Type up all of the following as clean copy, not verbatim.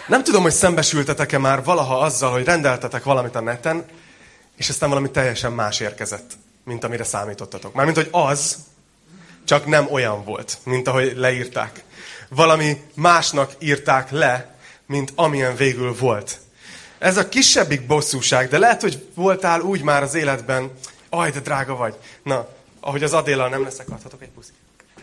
Nem tudom, hogy szembesültetek-e már valaha azzal, hogy rendeltetek valamit a neten, és aztán valami teljesen más érkezett, mint amire számítottatok. Mármint, hogy az, csak nem olyan volt, mint ahogy leírták. Valami másnak írták le, mint amilyen végül volt. Ez a kisebbik bosszúság, de lehet, hogy voltál úgy már az életben, aj, de drága vagy. Na, ahogy az Adéllal nem leszek, adhatok egy puszit.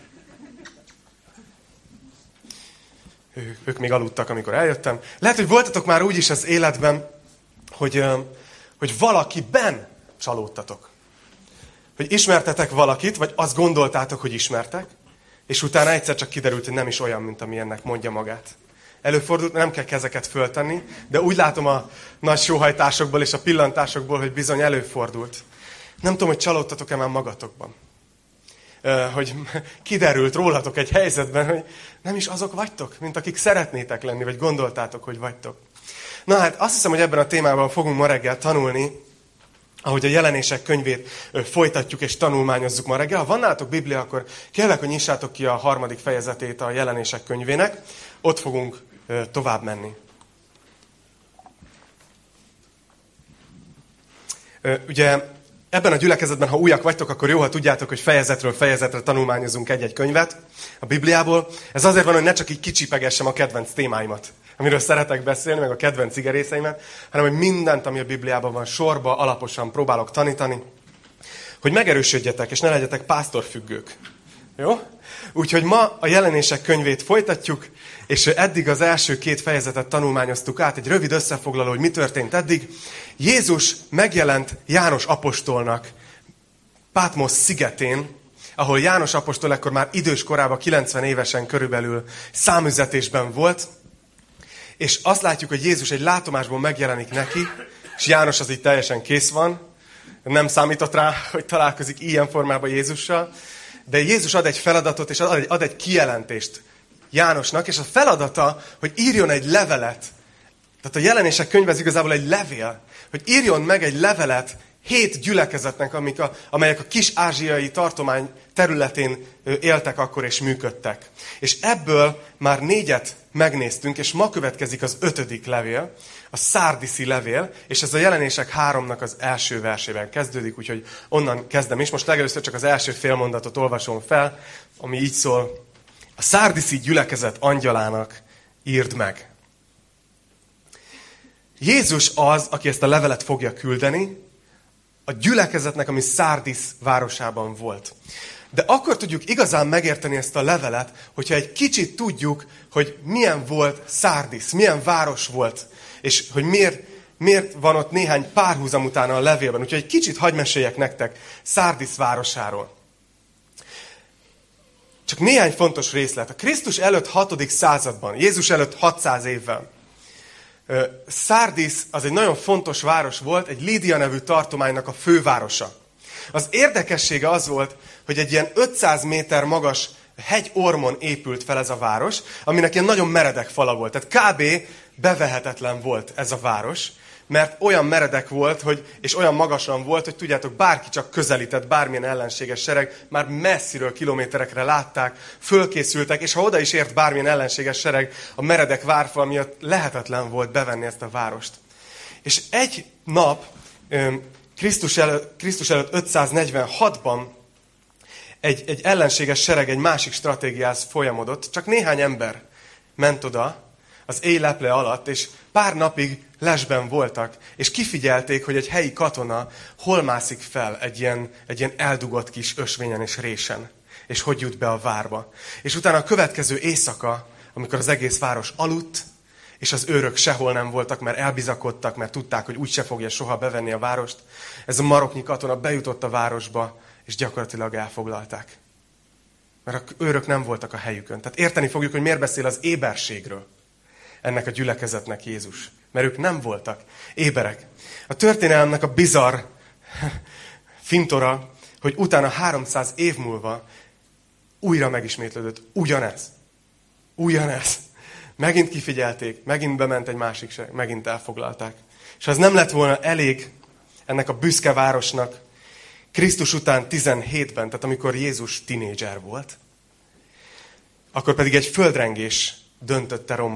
Ők még aludtak, amikor eljöttem. Lehet, hogy voltatok már úgy is az életben, hogy valakiben csalódtatok. Hogy ismertetek valakit, vagy azt gondoltátok, hogy ismertek, és utána egyszer csak kiderült, hogy nem is olyan, mint ami ennek mondja magát. Előfordult, nem kell kezeket föltenni, de úgy látom a nagy sóhajtásokból és a pillantásokból, hogy bizony előfordult. Nem tudom, hogy csalódtatok-e már magatokban. Hogy kiderült rólatok egy helyzetben, hogy nem is azok vagytok, mint akik szeretnétek lenni, vagy gondoltátok, hogy vagytok. Na hát azt hiszem, hogy ebben a témában fogunk ma reggel tanulni, ahogy a Jelenések könyvét folytatjuk és tanulmányozzuk ma reggel. Ha van nálatok Biblia, akkor kérlek, hogy nyissátok ki a 3. fejezetét a Jelenések könyvének. Ott fogunk tovább menni. Ugye ebben a gyülekezetben, ha újak vagytok, akkor jó, ha tudjátok, hogy fejezetről fejezetre tanulmányozunk egy-egy könyvet a Bibliából. Ez azért van, hogy ne csak így kicsipegessem a kedvenc témáimat, amiről szeretek beszélni, meg a kedvenc igerészeimet, hanem hogy mindent, ami a Bibliában van, sorba, alaposan próbálok tanítani, hogy megerősödjetek, és ne legyetek pásztorfüggők. Jó? Úgyhogy ma a Jelenések könyvét folytatjuk, és eddig az első 2 fejezetet tanulmányoztuk át, egy rövid összefoglaló, hogy mi történt eddig. Jézus megjelent János apostolnak Pátmosz szigetén, ahol János apostol ekkor már idős korában, 90 évesen körülbelül számüzetésben volt, és azt látjuk, hogy Jézus egy látomásból megjelenik neki, és János az így teljesen kész van, nem számított rá, hogy találkozik ilyen formában Jézussal, de Jézus ad egy feladatot, és ad egy kijelentést Jánosnak, és a feladata, hogy írjon egy levelet. Tehát a Jelenések könyve az igazából egy levél, hogy írjon meg egy levelet 7 gyülekezetnek, amelyek a kis-ázsiai tartomány területén éltek akkor és működtek. És ebből már 4-et megnéztünk, és ma következik az 5. levél, a szárdiszi levél, és ez a Jelenések 3-nak az első versében kezdődik, úgyhogy onnan kezdem is. Most legelőször csak az első félmondatot olvasom fel, ami így szól: a szárdiszi gyülekezet angyalának írd meg. Jézus az, aki ezt a levelet fogja küldeni, a gyülekezetnek, ami Szárdisz városában volt. De akkor tudjuk igazán megérteni ezt a levelet, hogyha egy kicsit tudjuk, hogy milyen volt Szárdisz, milyen város volt, és hogy miért van ott néhány párhuzam utána a levélben. Úgyhogy egy kicsit hadd meséljek nektek Szárdisz városáról. Csak néhány fontos részlet. A Krisztus előtt 6. században, Jézus előtt 600 évvel, Szárdisz az egy nagyon fontos város volt, egy Lídia nevű tartománynak a fővárosa. Az érdekessége az volt, hogy egy ilyen 500 méter magas hegyormon épült fel ez a város, aminek ilyen nagyon meredek fala volt. Tehát kb. Bevehetetlen volt ez a város, mert olyan meredek volt, és olyan magasan volt, hogy tudjátok, bárki csak közelített, bármilyen ellenséges sereg, már messziről kilométerekre látták, fölkészültek, és ha oda is ért bármilyen ellenséges sereg, a meredek várfal miatt lehetetlen volt bevenni ezt a várost. És egy nap, Krisztus előtt 546-ban egy ellenséges sereg egy másik stratégiához folyamodott, csak néhány ember ment oda az éjleple alatt, és pár napig lesben voltak, és kifigyelték, hogy egy helyi katona hol mászik fel egy ilyen eldugott kis ösvényen és résen, és hogy jut be a várba. És utána a következő éjszaka, amikor az egész város aludt, és az őrök sehol nem voltak, mert elbizakodtak, mert tudták, hogy úgyse fogja soha bevenni a várost, ez a maroknyi katona bejutott a városba, és gyakorlatilag elfoglalták. Mert az őrök nem voltak a helyükön. Tehát érteni fogjuk, hogy miért beszél az éberségről ennek a gyülekezetnek Jézus. Mert ők nem voltak éberek. A történelemnek a bizarr fintora, hogy utána 300 év múlva újra megismétlődött ugyanez. Megint kifigyelték, megint bement egy másik sereg, megint elfoglalták. És ha ez nem lett volna elég ennek a büszke városnak, Krisztus után 17-ben, tehát amikor Jézus tinédzser volt, akkor pedig egy földrengés döntötte romba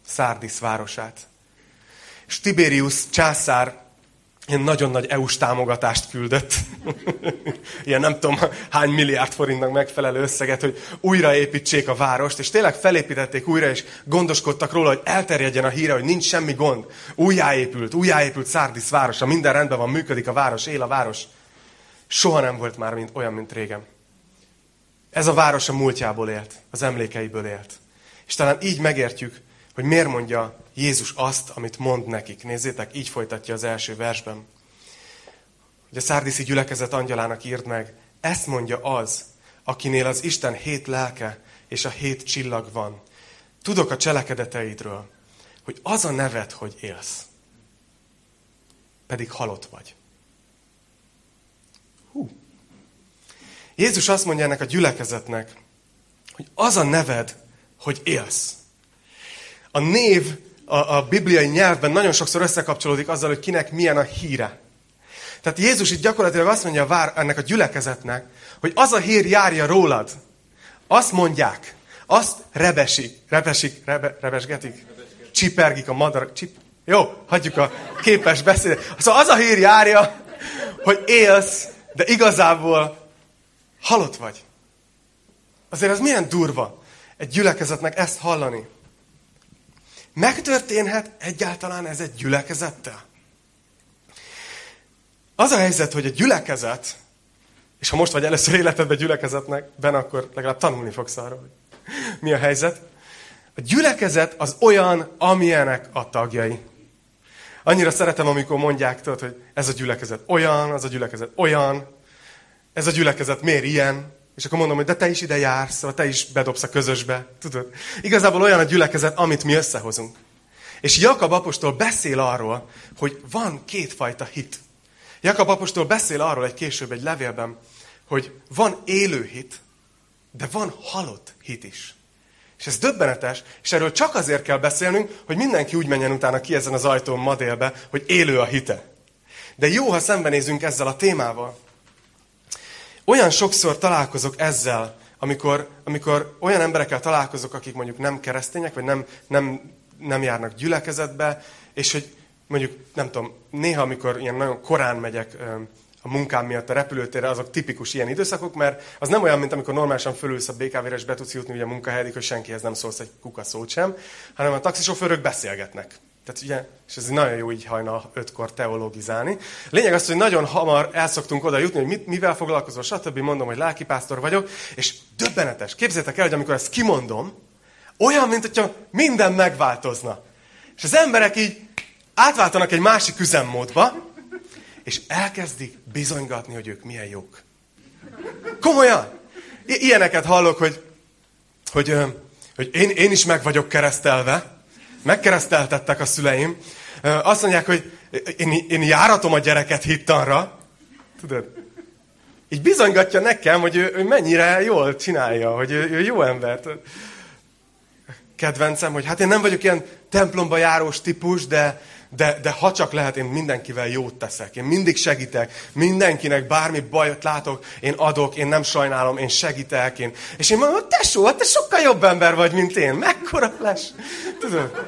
Szárdisz városát. És Tiberius császár ilyen nagyon nagy EU-s támogatást küldött. Ilyen nem tudom hány milliárd forintnak megfelelő összeget, hogy újraépítsék a várost, és tényleg felépítették újra, és gondoskodtak róla, hogy elterjedjen a híre, hogy nincs semmi gond. Újjáépült Szárdisz városa, minden rendben van, működik a város, él a város. Soha nem volt már olyan, mint régen. Ez a város a múltjából élt, az emlékeiből élt. És talán így megértjük, hogy miért mondja Jézus azt, amit mond nekik. Nézzétek, így folytatja az első versben. Hogy a szárdiszi gyülekezet angyalának írd meg, ezt mondja az, akinél az Isten 7 lelke és a 7 csillag van. Tudok a cselekedeteidről, hogy az a neved, hogy élsz, pedig halott vagy. Jézus azt mondja ennek a gyülekezetnek, hogy az a neved, hogy élsz. A név a bibliai nyelvben nagyon sokszor összekapcsolódik azzal, hogy kinek milyen a híre. Tehát Jézus itt gyakorlatilag azt mondja ennek a gyülekezetnek, hogy az a hír járja rólad. Azt mondják, azt rebesgetik, csipergik a madarak. Jó, hagyjuk a képes beszédet. Szóval az a hír járja, hogy élsz, de igazából halott vagy. Azért ez milyen durva egy gyülekezetnek ezt hallani. Megtörténhet egyáltalán ez egy gyülekezettel? Az a helyzet, hogy a gyülekezet, és ha most vagy először életedben gyülekezetben, akkor legalább tanulni fogsz arról, hogy mi a helyzet. A gyülekezet az olyan, amilyenek a tagjai. Annyira szeretem, amikor mondják, tudod, hogy ez a gyülekezet olyan, az a gyülekezet olyan, ez a gyülekezet miért ilyen, és akkor mondom, hogy de te is ide jársz, vagy te is bedobsz a közösbe. Tudod? Igazából olyan a gyülekezet, amit mi összehozunk. És Jakab apostol beszél arról, hogy van kétfajta hit. Jakab apostol beszél arról később egy levélben, hogy van élő hit, de van halott hit is. És ez döbbenetes, és erről csak azért kell beszélnünk, hogy mindenki úgy menjen utána ki ezen az ajtón ma délbe, hogy élő a hite. De jó, ha szembenézünk ezzel a témával. Olyan sokszor találkozok ezzel, amikor olyan emberekkel találkozok, akik mondjuk nem keresztények, vagy nem járnak gyülekezetbe, és hogy mondjuk, nem tudom, néha, amikor ilyen nagyon korán megyek a munkám miatt a repülőtérre, azok tipikus ilyen időszakok, mert az nem olyan, mint amikor normálisan fölülsz a BKV-re, és be tudsz jutni ugye a munkahelyedik, hogy senkihez nem szólsz egy kukaszót sem, hanem a taxisofőrök beszélgetnek. Tehát ugye, és ez nagyon jó így hajnal 5-kor teologizálni. Lényeg az, hogy nagyon hamar el szoktunk oda jutni, hogy mivel foglalkozol, stb. Mondom, hogy lelkipásztor vagyok, és döbbenetes. Képzeljétek el, hogy amikor ezt kimondom, olyan, mint hogyha minden megváltozna. És az emberek így átváltanak egy másik üzemmódba, és elkezdik bizonygatni, hogy ők milyen jók. Komolyan! Ilyeneket hallok, hogy én is meg vagyok keresztelve, megkereszteltettek a szüleim. Azt mondják, hogy én járatom a gyereket hittanra. Tudod? Így bizonygatja nekem, hogy ő mennyire jól csinálja, hogy ő jó ember. Kedvencem, hogy hát én nem vagyok ilyen templomba járós típus, de ha csak lehet, én mindenkivel jót teszek. Én mindig segítek. Mindenkinek bármi bajot látok, én adok, én nem sajnálom, én segítek. És én mondom, tesó, hát te sokkal jobb ember vagy, mint én. Mekkora flash. Tudod?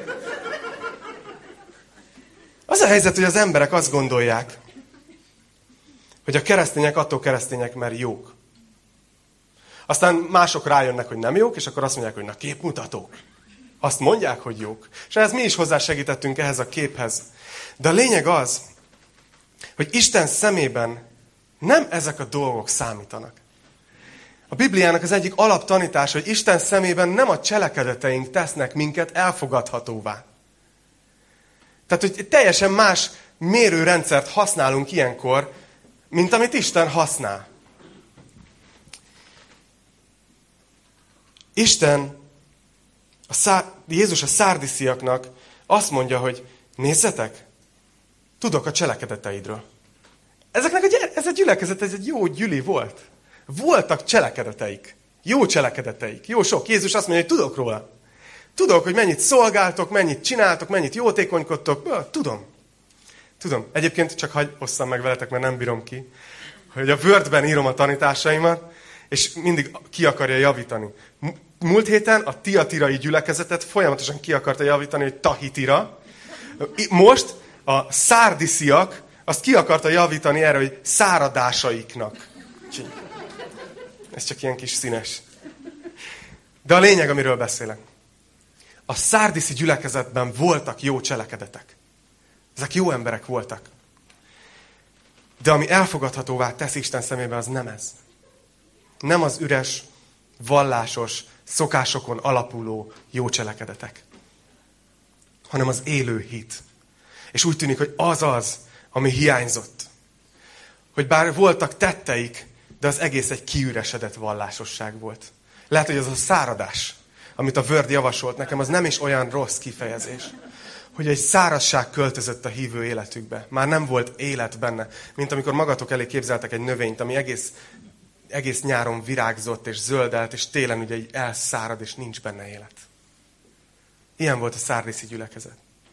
Az a helyzet, hogy az emberek azt gondolják, hogy a keresztények attól keresztények, mert jók. Aztán mások rájönnek, hogy nem jók, és akkor azt mondják, hogy na képmutatók. Azt mondják, hogy jók. És ehhez mi is hozzásegítettünk ehhez a képhez. De a lényeg az, hogy Isten szemében nem ezek a dolgok számítanak. A Bibliának az egyik alaptanítása, hogy Isten szemében nem a cselekedeteink tesznek minket elfogadhatóvá. Tehát, hogy teljesen más mérőrendszert használunk ilyenkor, mint amit Isten használ. Jézus a szárdisziaknak azt mondja, hogy nézzetek, tudok a cselekedeteidről. Ez a gyülekezet, ez egy jó gyüli volt. Voltak cselekedeteik. Jó cselekedeteik. Jó sok. Jézus azt mondja, hogy tudok róla. Tudok, hogy mennyit szolgáltok, mennyit csináltok, mennyit jótékonykodtok. Tudom. Egyébként csak hagyj osszam meg veletek, mert nem bírom ki, hogy a Wordben írom a tanításaimat, és mindig ki akarja javítani. múlt héten a tiatirai gyülekezetet folyamatosan ki akarta javítani, hogy tahitira. Most a szárdisziak azt ki akarta javítani erre, hogy száradásaiknak. Ez csak ilyen kis színes. De a lényeg, amiről beszélek. A szárdiszi gyülekezetben voltak jó cselekedetek. Ezek jó emberek voltak. De ami elfogadhatóvá tesz Isten szemében, az nem ez. Nem az üres, vallásos, szokásokon alapuló jó cselekedetek. Hanem az élő hit. És úgy tűnik, hogy az, ami hiányzott. Hogy bár voltak tetteik, de az egész egy kiüresedett vallásosság volt. Lehet, hogy az a száradás, amit a Word javasolt nekem, az nem is olyan rossz kifejezés. Hogy egy szárazság költözött a hívő életükbe. Már nem volt élet benne. Mint amikor magatok elé képzeltek egy növényt, ami egész nyáron virágzott és zöldelt, és télen ugye így elszárad, és nincs benne élet. Ilyen volt a szárdiszi gyülekezet.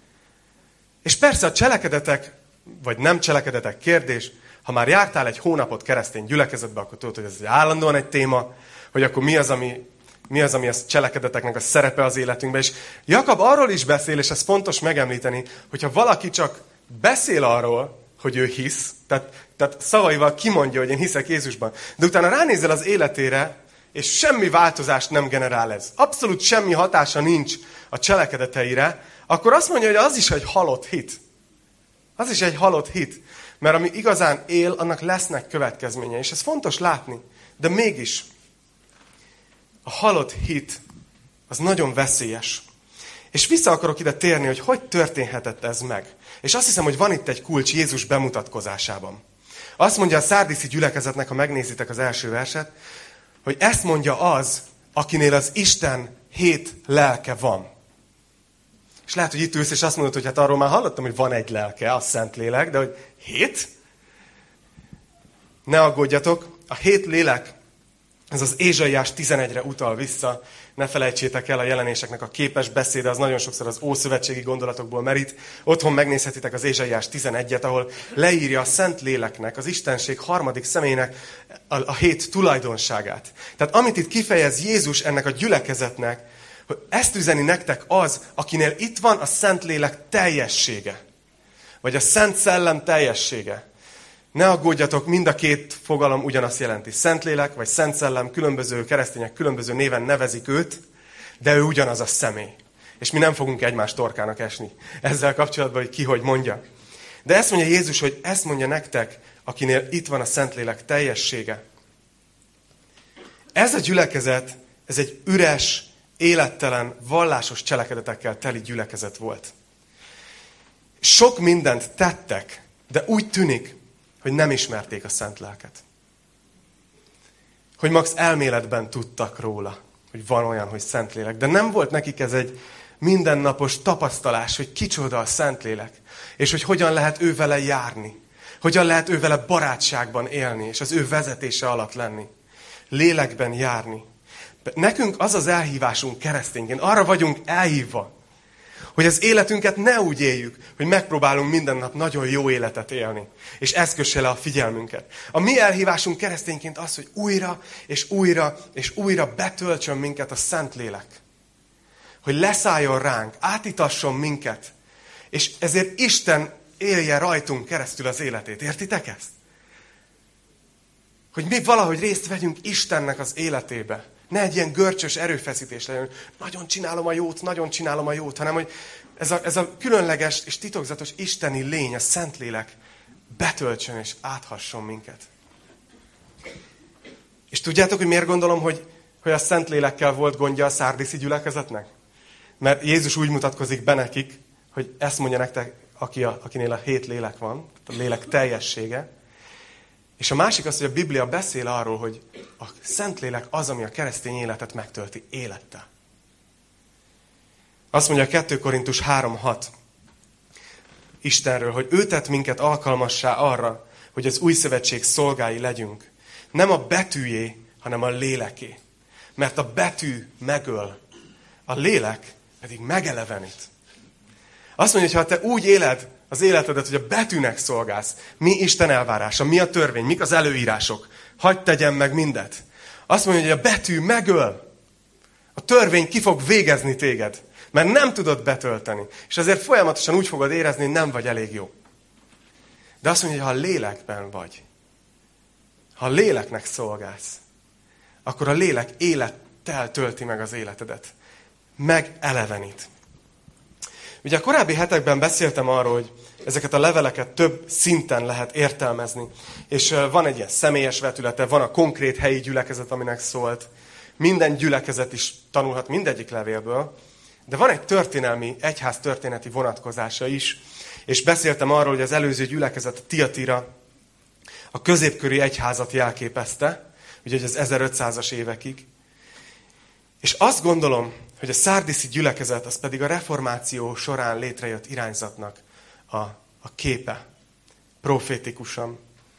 És persze a cselekedetek, vagy nem cselekedetek kérdés, ha már jártál egy hónapot keresztény gyülekezetbe, akkor tudod, hogy ez állandóan egy téma, hogy akkor mi az, ami a cselekedeteknek a szerepe az életünkben. És Jakab arról is beszél, és ez fontos megemlíteni, hogyha valaki csak beszél arról, hogy ő hisz, tehát szavaival kimondja, hogy én hiszek Jézusban, de utána ránézel az életére, és semmi változást nem generál ez. Abszolút semmi hatása nincs a cselekedeteire, akkor azt mondja, hogy az is egy halott hit. Az is egy halott hit. Mert ami igazán él, annak lesznek következményei. És ez fontos látni. De mégis a halott hit az nagyon veszélyes. És vissza akarok ide térni, hogy történhetett ez meg. És azt hiszem, hogy van itt egy kulcs Jézus bemutatkozásában. Azt mondja a szárdiszi gyülekezetnek, ha megnézitek az első verset, hogy ezt mondja az, akinél az Isten 7 lelke van. És lehet, hogy itt ülsz, és azt mondod, hogy hát arról már hallottam, hogy van egy lelke, a Szentlélek, de hogy 7? Ne aggódjatok, a 7 lélek, ez az Ézsaiás 11-re utal vissza. Ne felejtsétek el, a jelenéseknek a képes beszéde, az nagyon sokszor az ószövetségi gondolatokból merít. Otthon megnézhetitek az Ézsaiás 11-et, ahol leírja a Szent Léleknek, az Istenség harmadik személynek a 7 tulajdonságát. Tehát amit itt kifejez Jézus ennek a gyülekezetnek, hogy ezt üzeni nektek az, akinél itt van a Szentlélek teljessége. Vagy a Szent Szellem teljessége. Ne aggódjatok, mind a két fogalom ugyanazt jelenti. Szentlélek vagy Szent Szellem, különböző keresztények különböző néven nevezik őt, de ő ugyanaz a személy. És mi nem fogunk egymás torkának esni ezzel kapcsolatban, hogy ki hogy mondja. De ezt mondja Jézus, hogy ezt mondja nektek, akinél itt van a Szentlélek teljessége. Ez a gyülekezet, ez egy üres, élettelen, vallásos cselekedetekkel teli gyülekezet volt. Sok mindent tettek, de úgy tűnik, hogy nem ismerték a Szent Lelket. Hogy max elméletben tudtak róla, hogy van olyan, hogy Szentlélek. De nem volt nekik ez egy mindennapos tapasztalás, hogy kicsoda a Szentlélek, és hogy hogyan lehet ő vele járni. Hogyan lehet ő vele barátságban élni, és az ő vezetése alatt lenni. Lélekben járni. Nekünk az az elhívásunk keresztényként, arra vagyunk elhívva, hogy az életünket ne úgy éljük, hogy megpróbálunk minden nap nagyon jó életet élni. És ez kösse le a figyelmünket. A mi elhívásunk keresztényként az, hogy újra és újra és újra betöltsön minket a Szentlélek. Hogy leszálljon ránk, átítasson minket. És ezért Isten élje rajtunk keresztül az életét. Értitek ezt? Hogy mi valahogy részt vegyünk Istennek az életébe. Ne egy ilyen görcsös erőfeszítés legyen, nagyon csinálom a jót, hanem hogy ez a különleges és titokzatos isteni lény, a Szentlélek betöltsön és áthasson minket. És tudjátok, hogy miért gondolom, hogy a Szentlélekkel volt gondja a szárdiszi gyülekezetnek? Mert Jézus úgy mutatkozik be nekik, hogy ezt mondja nektek, akinél a 7 lélek van, a lélek teljessége. És a másik az, hogy a Biblia beszél arról, hogy a Szentlélek az, ami a keresztény életet megtölti élettel. Azt mondja a 2 Korintus 3:6 Istenről, hogy ő tett minket alkalmassá arra, hogy az új szövetség szolgái legyünk. Nem a betűjé, hanem a léleké. Mert a betű megöl, a lélek pedig megelevenít. Azt mondja, hogy ha te úgy éled az életedet, hogy a betűnek szolgálsz, mi Isten elvárása, mi a törvény, mik az előírások, hagyd tegyem meg mindet. Azt mondja, hogy a betű megöl, A törvény ki fog végezni téged, mert nem tudod betölteni. És ezért folyamatosan úgy fogod érezni, hogy nem vagy elég jó. De azt mondja, hogy ha a lélekben vagy, ha a léleknek szolgálsz, akkor a lélek élettel tölti meg az életedet. Megelevenít. Ugye a korábbi hetekben beszéltem arról, hogy ezeket a leveleket több szinten lehet értelmezni. És van egy ilyen személyes vetülete, van a konkrét helyi gyülekezet, aminek szólt. Minden gyülekezet is tanulhat mindegyik levélből. De van egy történelmi, egyház történeti vonatkozása is. És beszéltem arról, hogy az előző gyülekezet, Tiatira, a középkori egyházat jelképezte, ugye az 1500-as évekig. És azt gondolom, hogy a szárdiszi gyülekezet, az pedig a reformáció során létrejött irányzatnak a képe, profétikusan.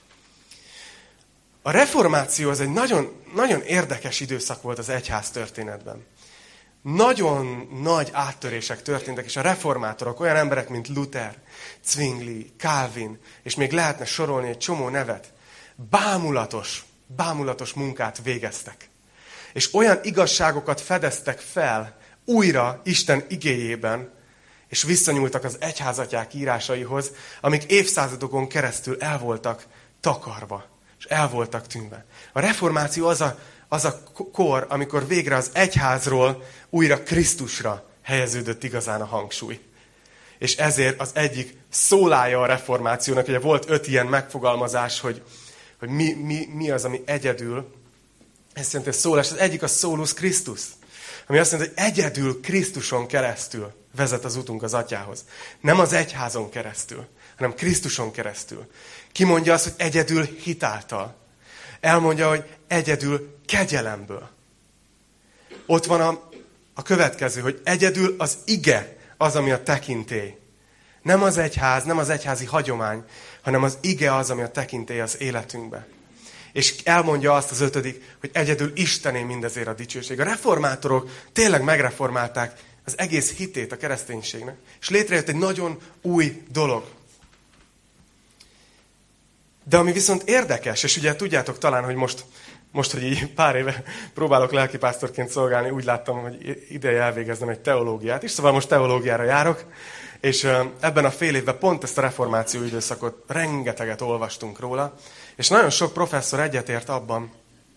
A reformáció az egy nagyon, nagyon érdekes időszak volt az egyház történetben. Nagyon nagy áttörések történtek, és a reformátorok, olyan emberek, mint Luther, Zwingli, Calvin, és még lehetne sorolni egy csomó nevet, bámulatos munkát végeztek. És olyan igazságokat fedeztek fel újra Isten igéjében, és visszanyúltak az egyházatyák írásaihoz, amik évszázadokon keresztül el voltak takarva, és el voltak tűnve. A reformáció az a kor, amikor végre az egyházról újra Krisztusra helyeződött igazán a hangsúly. És ezért az egyik szólája a reformációnak, ugye volt 5 ilyen megfogalmazás, hogy mi az, ami egyedül, ezt jelenti a szólás, az egyik a Solus Christus, ami azt mondja, hogy egyedül Krisztuson keresztül vezet az utunk az Atyához. Nem az egyházon keresztül, hanem Krisztuson keresztül. Kimondja azt, hogy egyedül hitáltal. Elmondja, hogy egyedül kegyelemből. Ott van a következő, hogy egyedül az ige az, ami a tekintély. Nem az egyház, nem az egyházi hagyomány, hanem az ige az, ami a tekintély az életünkbe. És elmondja azt az 5., hogy egyedül Istené mindezért a dicsőség. A reformátorok tényleg megreformálták az egész hitét a kereszténységnek. És létrejött egy nagyon új dolog. De ami viszont érdekes, és ugye tudjátok talán, hogy most, hogy így pár éve próbálok lelkipásztorként szolgálni, úgy láttam, hogy ideje elvégeznem egy teológiát is, szóval most teológiára járok, és ebben a fél évben pont ezt a reformáció időszakot rengeteget olvastunk róla, és nagyon sok professzor egyetért abban,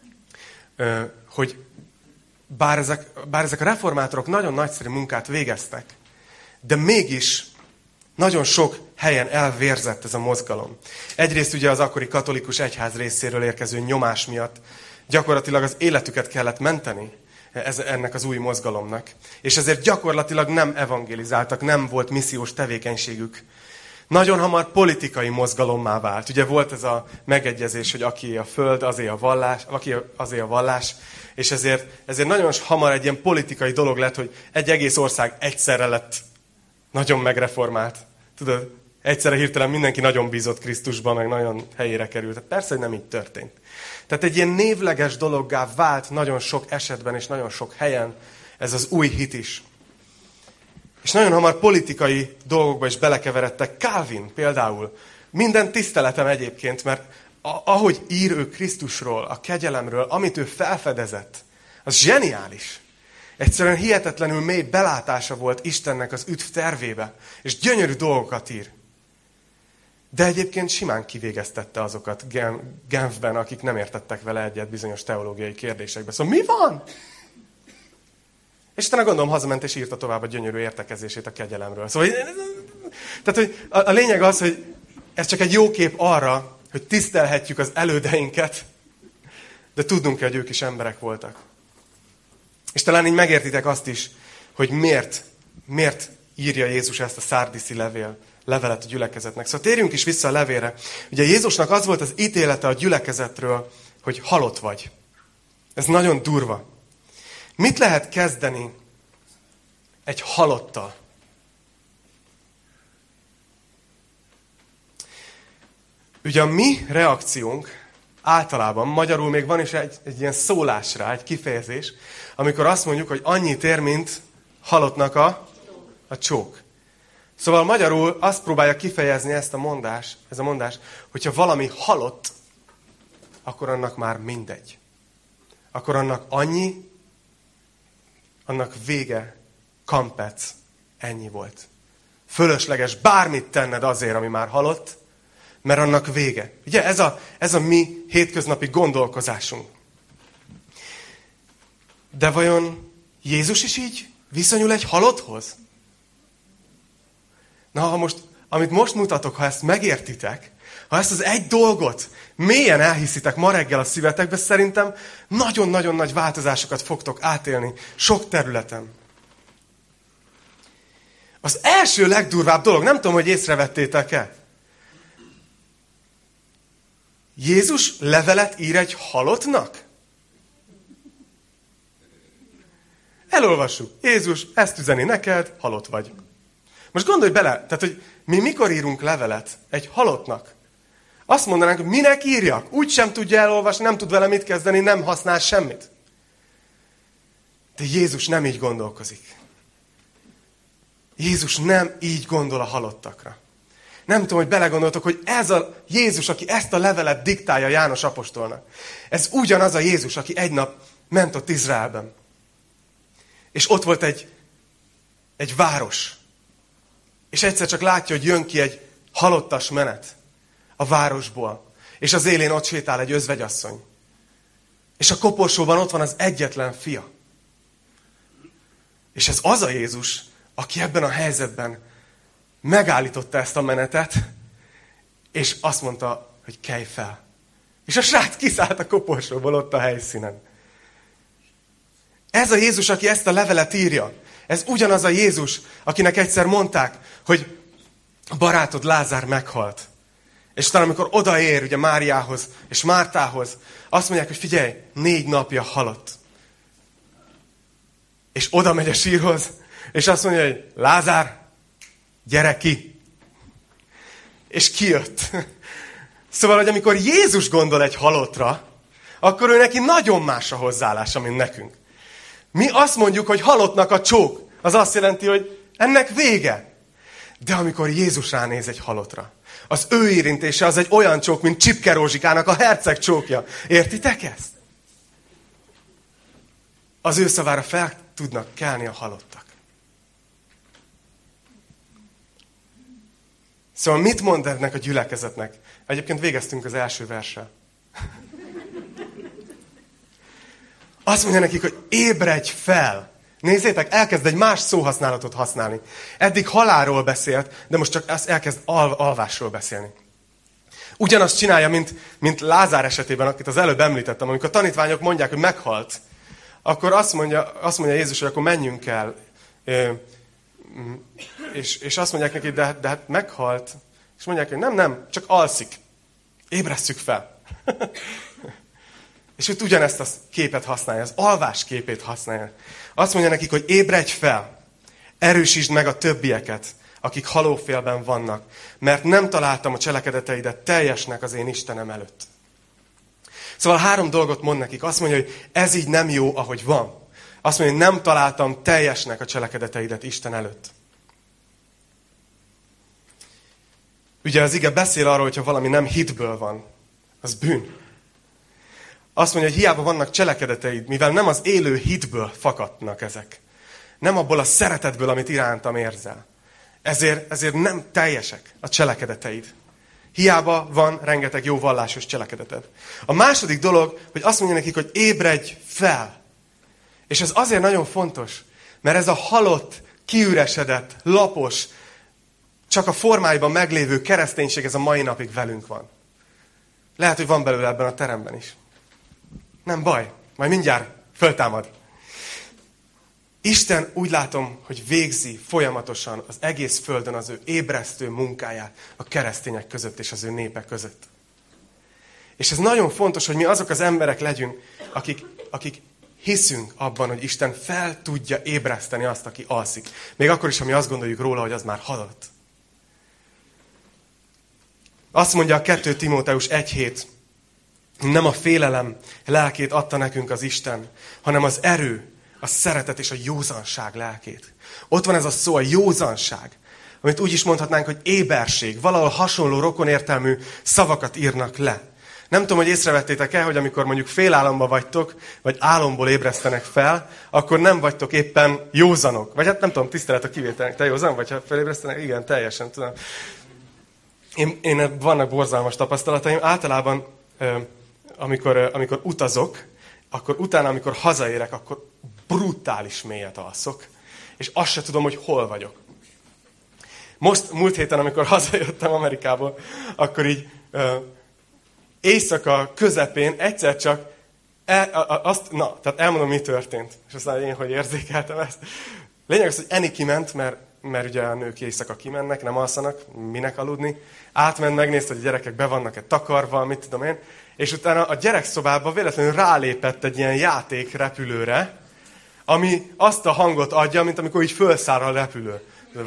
hogy bár ezek a reformátorok nagyon nagyszerű munkát végeztek, de mégis nagyon sok helyen elvérzett ez a mozgalom. Egyrészt ugye az akkori katolikus egyház részéről érkező nyomás miatt gyakorlatilag az életüket kellett menteni ennek az új mozgalomnak. És ezért gyakorlatilag nem evangelizáltak, nem volt missziós tevékenységük. Nagyon hamar politikai mozgalommá vált. Ugye volt ez a megegyezés, hogy aki a föld, azért a vallás, és ezért nagyon hamar egy ilyen politikai dolog lett, hogy egy egész ország egyszerre lett nagyon megreformált. Tudod, egyszerre hirtelen mindenki nagyon bízott Krisztusban, meg nagyon helyére került. Tehát persze, hogy nem így történt. Tehát egy ilyen névleges dologgá vált nagyon sok esetben, és nagyon sok helyen ez az új hit is. És nagyon hamar politikai dolgokba is belekeveredtek. Calvin például. Minden tiszteletem egyébként, mert ahogy ír ő Krisztusról, a kegyelemről, amit ő felfedezett, az zseniális. Egyszerűen hihetetlenül mély belátása volt Istennek az üdv tervébe, és gyönyörű dolgokat ír. De egyébként simán kivégeztette azokat Genfben, akik nem értettek vele egyet bizonyos teológiai kérdésekbe. Szóval mi van? És utána gondolom hazament és írta tovább a gyönyörű értekezését a kegyelemről. Szóval, tehát, hogy a lényeg az, hogy ez csak egy jó kép arra, hogy tisztelhetjük az elődeinket, de tudnunk kell, hogy ők is emberek voltak. És talán így megértitek azt is, hogy miért írja Jézus ezt a szárdiszi levelet a gyülekezetnek. Szóval térjünk is vissza a levélre. Ugye Jézusnak az volt az ítélete a gyülekezetről, hogy halott vagy. Ez nagyon durva. Mit lehet kezdeni egy halottal? Ugye a mi reakciónk általában, magyarul még van is egy ilyen szólás rá, egy kifejezés, amikor azt mondjuk, hogy annyit ér, mint halottnak a csók. Szóval magyarul azt próbálja kifejezni ez a mondás, hogyha valami halott, akkor annak már mindegy. Akkor annak annyi annak vége, kampec, ennyi volt. Fölösleges bármit tenned azért, ami már halott, mert annak vége. Ugye ez a mi hétköznapi gondolkozásunk. De vajon Jézus is így viszonyul egy halotthoz? Na, amit most mutatok, ha ezt megértitek, ha ezt az egy dolgot mélyen elhiszitek ma reggel a szívetekbe, szerintem nagyon-nagyon nagy változásokat fogtok átélni sok területen. Az első legdurvább dolog, nem tudom, hogy észrevettétek-e. Jézus levelet ír egy halottnak? Elolvassuk. Jézus, ezt üzeni neked, halott vagy. Most gondolj bele, tehát, hogy mi mikor írunk levelet egy halottnak? Azt mondanánk, hogy minek írjak? Úgy sem tudja elolvasni, nem tud vele mit kezdeni, nem használ semmit. De Jézus nem így gondolkozik. Jézus nem így gondol a halottakra. Nem tudom, hogy belegondoltok, hogy ez a Jézus, aki ezt a levelet diktálja János apostolnak. Ez ugyanaz a Jézus, aki egy nap ment ott Izraelben. És ott volt egy város. És egyszer csak látja, hogy jön ki egy halottas menet a városból. És az élén ott sétál egy özvegyasszony. És a koporsóban ott van az egyetlen fia. És ez az a Jézus, aki ebben a helyzetben megállította ezt a menetet, és azt mondta, hogy kelj fel. És a srác kiszállt a koporsóból ott a helyszínen. Ez a Jézus, aki ezt a levelet írja. Ez ugyanaz a Jézus, akinek egyszer mondták, hogy a barátod Lázár meghalt. És talán amikor odaér ugye Máriához és Mártához, azt mondják, hogy figyelj, 4 napja halott. És oda megy a sírhoz, és azt mondja, hogy Lázár, gyere ki. És kijött. Szóval, hogy amikor Jézus gondol egy halottra, akkor ő neki nagyon más a hozzáállása, mint nekünk. Mi azt mondjuk, hogy halottnak a csók. Az azt jelenti, hogy ennek vége. De amikor Jézus ránéz egy halottra, az ő érintése az egy olyan csók, mint Csipke Rózsikának a herceg csókja. Értitek ezt? Az ő szavára fel tudnak kelni a halottak. Szóval mit mond ennek a gyülekezetnek? Egyébként végeztünk az első verssel. Azt mondja nekik, hogy ébredj fel! Nézzétek, elkezd egy más szóhasználatot használni. Eddig halálról beszélt, de most csak elkezd alvásról beszélni. Ugyanazt csinálja, mint Lázár esetében, akit az előbb említettem, amikor a tanítványok mondják, hogy meghalt, akkor azt mondja Jézus, hogy akkor menjünk el. És azt mondják neki, de hát meghalt. És mondják, hogy nem, csak alszik. Ébresztjük fel. És itt ugyanezt a képet használja, az alvás képét használja. Azt mondja nekik, hogy ébredj fel, erősítsd meg a többieket, akik halófélben vannak, mert nem találtam a cselekedeteidet teljesnek az én Istenem előtt. Szóval 3 dolgot mond nekik. Azt mondja, hogy ez így nem jó, ahogy van. Azt mondja, hogy nem találtam teljesnek a cselekedeteidet Isten előtt. Ugye az ige beszél arról, hogyha valami nem hitből van, az bűn. Azt mondja, hogy hiába vannak cselekedeteid, mivel nem az élő hitből fakadnak ezek. Nem abból a szeretetből, amit irántam érzel. Ezért nem teljesek a cselekedeteid. Hiába van rengeteg jó vallásos cselekedeted. A második dolog, hogy azt mondja nekik, hogy ébredj fel. És ez azért nagyon fontos, mert ez a halott, kiüresedett, lapos, csak a formáiban meglévő kereszténység, ez a mai napig velünk van. Lehet, hogy van belőle ebben a teremben is. Nem baj, majd mindjárt föltámad. Isten úgy látom, hogy végzi folyamatosan az egész földön az ő ébresztő munkáját a keresztények között és az ő népe között. És ez nagyon fontos, hogy mi azok az emberek legyünk, akik hiszünk abban, hogy Isten fel tudja ébreszteni azt, aki alszik. Még akkor is, ha mi azt gondoljuk róla, hogy az már halott. Azt mondja a 2 Timóteus 1:7, nem a félelem lelkét adta nekünk az Isten, hanem az erő, a szeretet és a józanság lelkét. Ott van ez a szó, a józanság, amit úgy is mondhatnánk, hogy éberség. Valahol hasonló rokonértelmű szavakat írnak le. Nem tudom, hogy észrevettétek-e, hogy amikor mondjuk félálomba vagytok, vagy álomból ébresztenek fel, akkor nem vagytok éppen józanok. Vagy hát nem tudom, tisztelet a kivételnek. Te józan vagy, ha felébresztenek? Igen, teljesen tudom. Én vannak borzalmas tapasztalataim. Általában, amikor utazok, akkor utána, amikor hazaérek, akkor brutális mélyet alszok. És azt se tudom, hogy hol vagyok. Most, múlt héten, amikor hazajöttem Amerikából, akkor így éjszaka közepén egyszer csak tehát elmondom, mi történt. És aztán én, hogy érzékeltem ezt. Lényeg az, hogy Eni kiment, mert ugye a nők éjszaka kimennek, nem alszanak, minek aludni. Átment, megnézte, hogy a gyerekek be vannak-e takarva, mit tudom én. És utána a gyerekszobába véletlenül rálépett egy ilyen játékrepülőre, ami azt a hangot adja, mint amikor így fölszáll a repülő.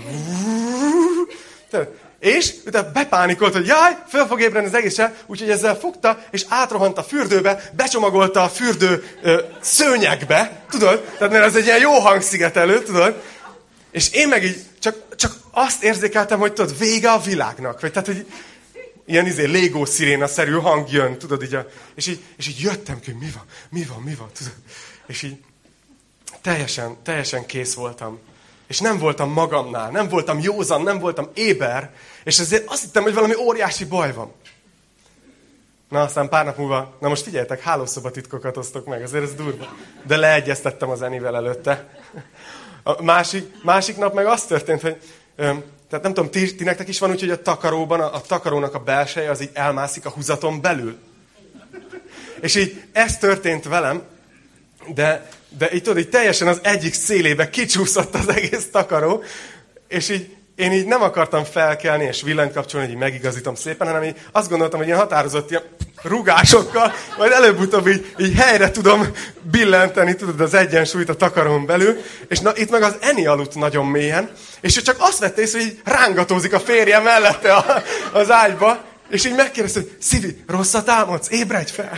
És utána bepánikolt, hogy jaj, föl fog ébredni az egészre, úgyhogy ezzel fogta, és átrohant a fürdőbe, becsomagolta a fürdő szőnyegbe, tudod? Tehát mert ez egy ilyen jó hangszigetelő, tudod? És én meg így csak azt érzékeltem, hogy tudod, vége a világnak. Vagy tehát, hogy ilyen Lego sziréna-szerű hang jön, tudod, így és így jöttem ki, hogy mi van, tudod? És így teljesen kész voltam. És nem voltam magamnál, nem voltam józan, nem voltam éber, és ezért azt hittem, hogy valami óriási baj van. Na, aztán pár nap múlva, na most figyeljetek, hálószobatitkokat osztok meg, azért ez durva. De leegyeztettem az Enivel előtte. A másik nap meg az történt, hogy, tehát nem tudom, ti nektek is van úgy, hogy a takaróban, a takarónak a belseje az így elmászik a húzaton belül. És így ez történt velem, de így tudod, így teljesen az egyik szélébe kicsúszott az egész takaró, és így én így nem akartam felkelni és villanyt kapcsolni, hogy így megigazítom szépen, hanem így azt gondoltam, hogy ilyen határozott ilyen rugásokkal, majd előbb-utóbb így helyre tudom billenteni, tudod, az egyensúlyt a takarón belül, és na, itt meg az Eni aludt nagyon mélyen, és ő csak azt vette észre, hogy így rángatózik a férje mellette az ágyba, és így megkérdezte, hogy Szivi, rosszat álmodsz? Ébredj fel!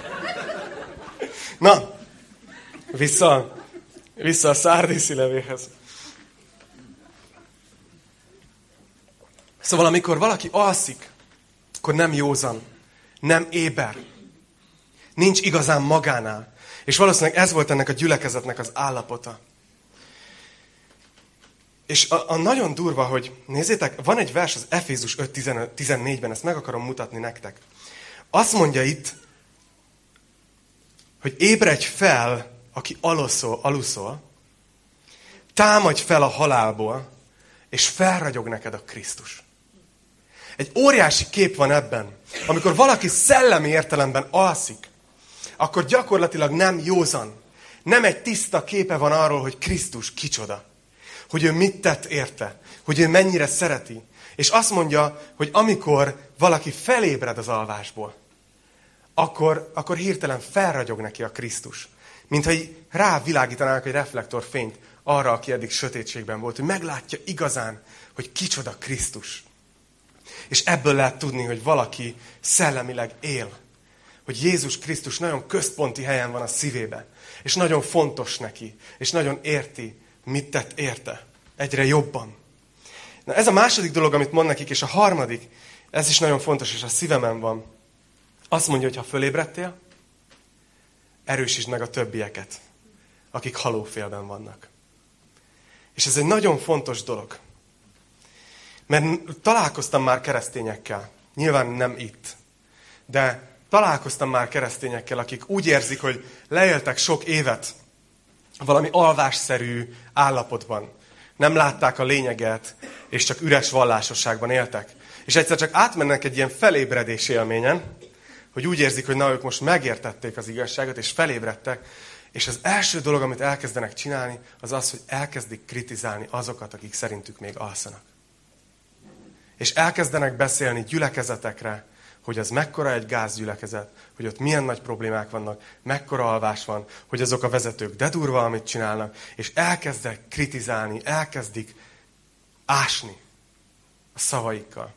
Na, vissza a szárdészi levéhez. Szóval amikor valaki alszik, akkor nem józan, nem éber, nincs igazán magánál. És valószínűleg ez volt ennek a gyülekezetnek az állapota. És a nagyon durva, hogy nézzétek, van egy vers az Efézus 5:14-ben, ezt meg akarom mutatni nektek. Azt mondja itt, hogy ébredj fel, aki aluszol, támadj fel a halálból, és felragyog neked a Krisztus. Egy óriási kép van ebben. Amikor valaki szellemi értelemben alszik, akkor gyakorlatilag nem józan. Nem egy tiszta képe van arról, hogy Krisztus kicsoda. Hogy ő mit tett érte. Hogy ő mennyire szereti. És azt mondja, hogy amikor valaki felébred az alvásból, akkor hirtelen felragyog neki a Krisztus. Mintha így rávilágítanák egy reflektorfényt arra, aki eddig sötétségben volt, hogy meglátja igazán, hogy kicsoda Krisztus. És ebből lehet tudni, hogy valaki szellemileg él. Hogy Jézus Krisztus nagyon központi helyen van a szívében. És nagyon fontos neki. És nagyon érti, mit tett érte. Egyre jobban. Na ez a második dolog, amit mond nekik, és a harmadik, ez is nagyon fontos, és a szívemen van. Azt mondja, hogy ha fölébredtél, erősítsd meg a többieket, akik halófélben vannak. És ez egy nagyon fontos dolog. Mert találkoztam már keresztényekkel, nyilván nem itt, de találkoztam már keresztényekkel, akik úgy érzik, hogy leéltek sok évet valami alvásszerű állapotban. Nem látták a lényeget, és csak üres vallásosságban éltek. És egyszer csak átmennek egy ilyen felébredés élményen, hogy úgy érzik, hogy na, ők most megértették az igazságot, és felébredtek, és az első dolog, amit elkezdenek csinálni, az az, hogy elkezdik kritizálni azokat, akik szerintük még alszanak. És elkezdenek beszélni gyülekezetekre, hogy az mekkora egy gázgyülekezet, hogy ott milyen nagy problémák vannak, mekkora alvás van, hogy azok a vezetők de durva, amit csinálnak, és elkezdek kritizálni, elkezdik ásni a szavaikkal.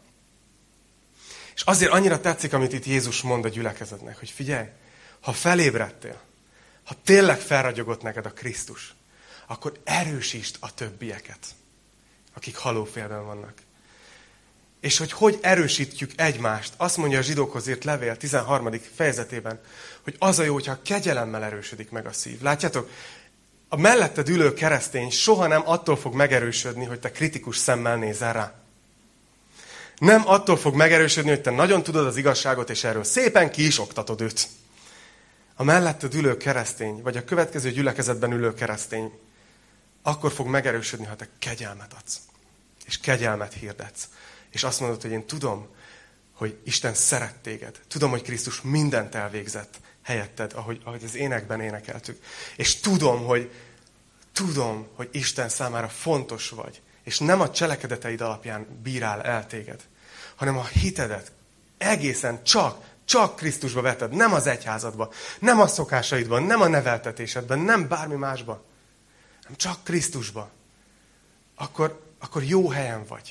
És azért annyira tetszik, amit itt Jézus mond a gyülekezetnek, hogy figyelj, ha felébredtél, ha tényleg felragyogott neked a Krisztus, akkor erősítsd a többieket, akik halófélben vannak. És hogy erősítjük egymást. Azt mondja a zsidókhoz írt levél 13. fejezetében, hogy az a jó, hogyha kegyelemmel erősödik meg a szív. Látjátok, a melletted ülő keresztény soha nem attól fog megerősödni, hogy te kritikus szemmel nézel rá. Nem attól fog megerősödni, hogy te nagyon tudod az igazságot, és erről szépen ki is oktatod őt. A melletted ülő keresztény, vagy a következő gyülekezetben ülő keresztény, akkor fog megerősödni, ha te kegyelmet adsz. És kegyelmet hirdetsz. És azt mondod, hogy én tudom, hogy Isten szeret téged. Tudom, hogy Krisztus mindent elvégzett helyetted, ahogy az énekben énekeltük. És tudom, hogy Isten számára fontos vagy. És nem a cselekedeteid alapján bírál el téged, hanem a hitedet egészen csak Krisztusba veted, nem az egyházadba, nem a szokásaidban, nem a neveltetésedben, nem bármi másba, hanem csak Krisztusba. Akkor jó helyen vagy.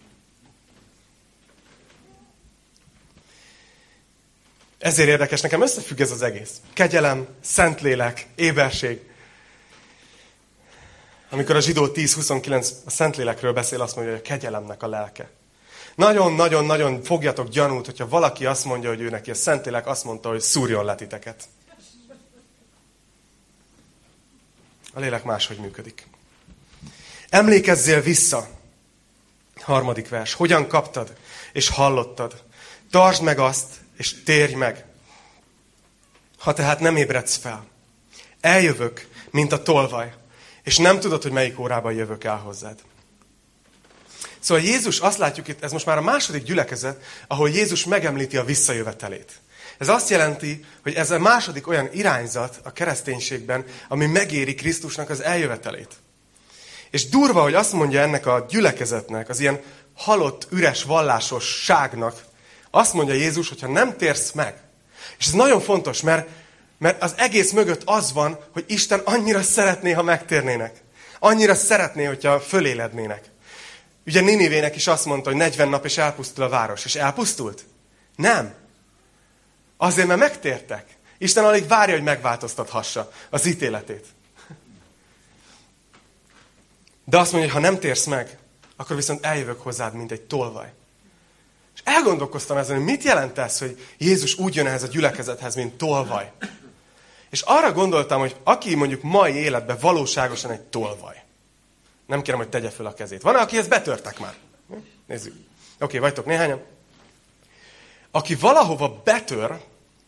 Ezért érdekes, nekem összefügg ez az egész. Kegyelem, Szentlélek, éberség. Amikor a zsidó 10.29 a Szentlélekről beszél, azt mondja, hogy a kegyelemnek a lelke. Nagyon-nagyon-nagyon fogjatok gyanút, hogyha valaki azt mondja, hogy ő neki a Szentlélek azt mondta, hogy szúrjon le titeket. A lélek máshogy működik. Emlékezzél vissza. 3. vers. Hogyan kaptad és hallottad? Tartsd meg azt, és térj meg. Ha tehát nem ébredsz fel, eljövök, mint a tolvaj, és nem tudod, hogy melyik órában jövök el hozzád. Szóval Jézus, azt látjuk itt, ez most már a második gyülekezet, ahol Jézus megemlíti a visszajövetelét. Ez azt jelenti, hogy ez a második olyan irányzat a kereszténységben, ami megéri Krisztusnak az eljövetelét. És durva, hogy azt mondja ennek a gyülekezetnek, az ilyen halott, üres vallásosságnak, azt mondja Jézus, hogyha nem térsz meg. És ez nagyon fontos, mert az egész mögött az van, hogy Isten annyira szeretné, ha megtérnének. Annyira szeretné, hogyha fölélednének. Ugye Ninivének is azt mondta, hogy 40 nap és elpusztul a város. És elpusztult? Nem. Azért, mert megtértek. Isten alig várja, hogy megváltoztathassa az ítéletét. De azt mondja, hogy ha nem térsz meg, akkor viszont eljövök hozzád, mint egy tolvaj. És elgondolkoztam ezen, hogy mit jelent ez, hogy Jézus úgy jön ehhez a gyülekezethez, mint tolvaj. És arra gondoltam, hogy aki mondjuk mai életben valóságosan egy tolvaj. Nem kérem, hogy tegye föl a kezét. Van-e, akihez betörtek már? Nézzük. Oké, vagytok néhányan. Aki valahova betör,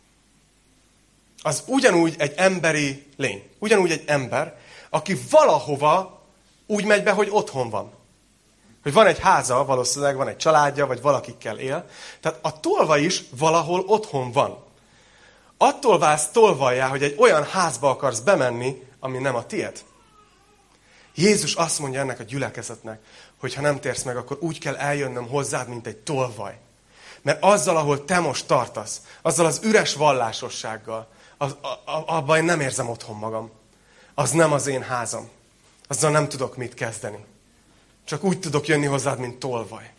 az ugyanúgy egy emberi lény. Ugyanúgy egy ember, aki valahova úgy megy be, hogy otthon van. Hogy van egy háza, valószínűleg van egy családja, vagy valakikkel él. Tehát a tolvaj is valahol otthon van. Attól válsz tolvajjá, hogy egy olyan házba akarsz bemenni, ami nem a tied. Jézus azt mondja ennek a gyülekezetnek, hogy ha nem térsz meg, akkor úgy kell eljönnöm hozzád, mint egy tolvaj. Mert azzal, ahol te most tartasz, azzal az üres vallásossággal, abban én nem érzem otthon magam. Az nem az én házam. Azzal nem tudok mit kezdeni. Csak úgy tudok jönni hozzád, mint tolvaj.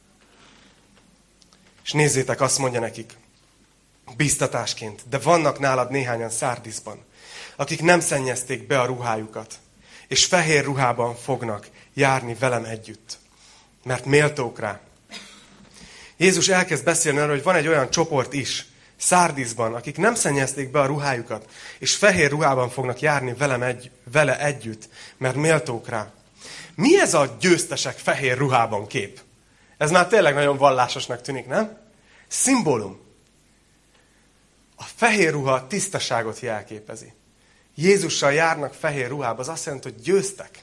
És nézzétek, azt mondja nekik, bíztatásként, de vannak nálad néhányan Szárdiszban, akik nem szennyezték be a ruhájukat, és fehér ruhában fognak járni velem együtt, mert méltók rá. Jézus elkezd beszélni arról, hogy van egy olyan csoport is, Szárdiszban, akik nem szennyezték be a ruhájukat, és fehér ruhában fognak járni vele együtt, mert méltók rá. Mi ez a győztesek fehér ruhában kép? Ez már tényleg nagyon vallásosnak tűnik, nem? Szimbólum. A fehér ruha a tisztaságot jelképezi. Jézussal járnak fehér ruhába, az azt jelenti, hogy győztek.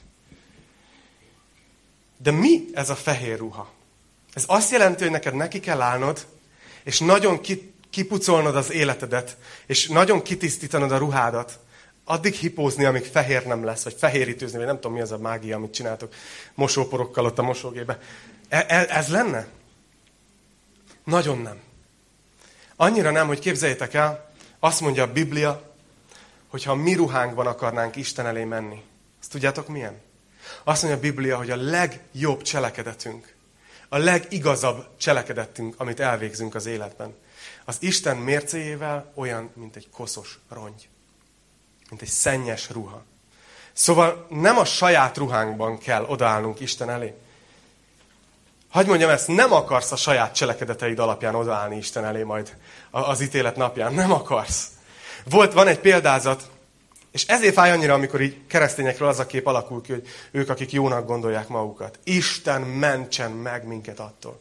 De mi ez a fehér ruha? Ez azt jelenti, hogy neked neki kell állnod, és nagyon kipucolnod az életedet, és nagyon kitisztítanod a ruhádat, addig hipózni, amíg fehér nem lesz, vagy fehérítőzni, vagy nem tudom, mi az a mágia, amit csináltok mosóporokkal ott a mosógébe. Ez lenne? Nagyon nem. Annyira nem, hogy képzeljétek el, azt mondja a Biblia, hogyha a mi ruhánkban akarnánk Isten elé menni. Azt tudjátok milyen? Azt mondja a Biblia, hogy a legjobb cselekedetünk, a legigazabb cselekedetünk, amit elvégzünk az életben, az Isten mércéjével olyan, mint egy koszos rongy. Mint egy szennyes ruha. Szóval nem a saját ruhánkban kell odaállnunk Isten elé, Hadd mondjam ezt, nem akarsz a saját cselekedeteid alapján odaállni Isten elé majd az ítélet napján. Nem akarsz. Van egy példázat, és ezért fáj annyira, amikor így keresztényekről az a kép alakul ki, hogy ők, akik jónak gondolják magukat. Isten mentsen meg minket attól.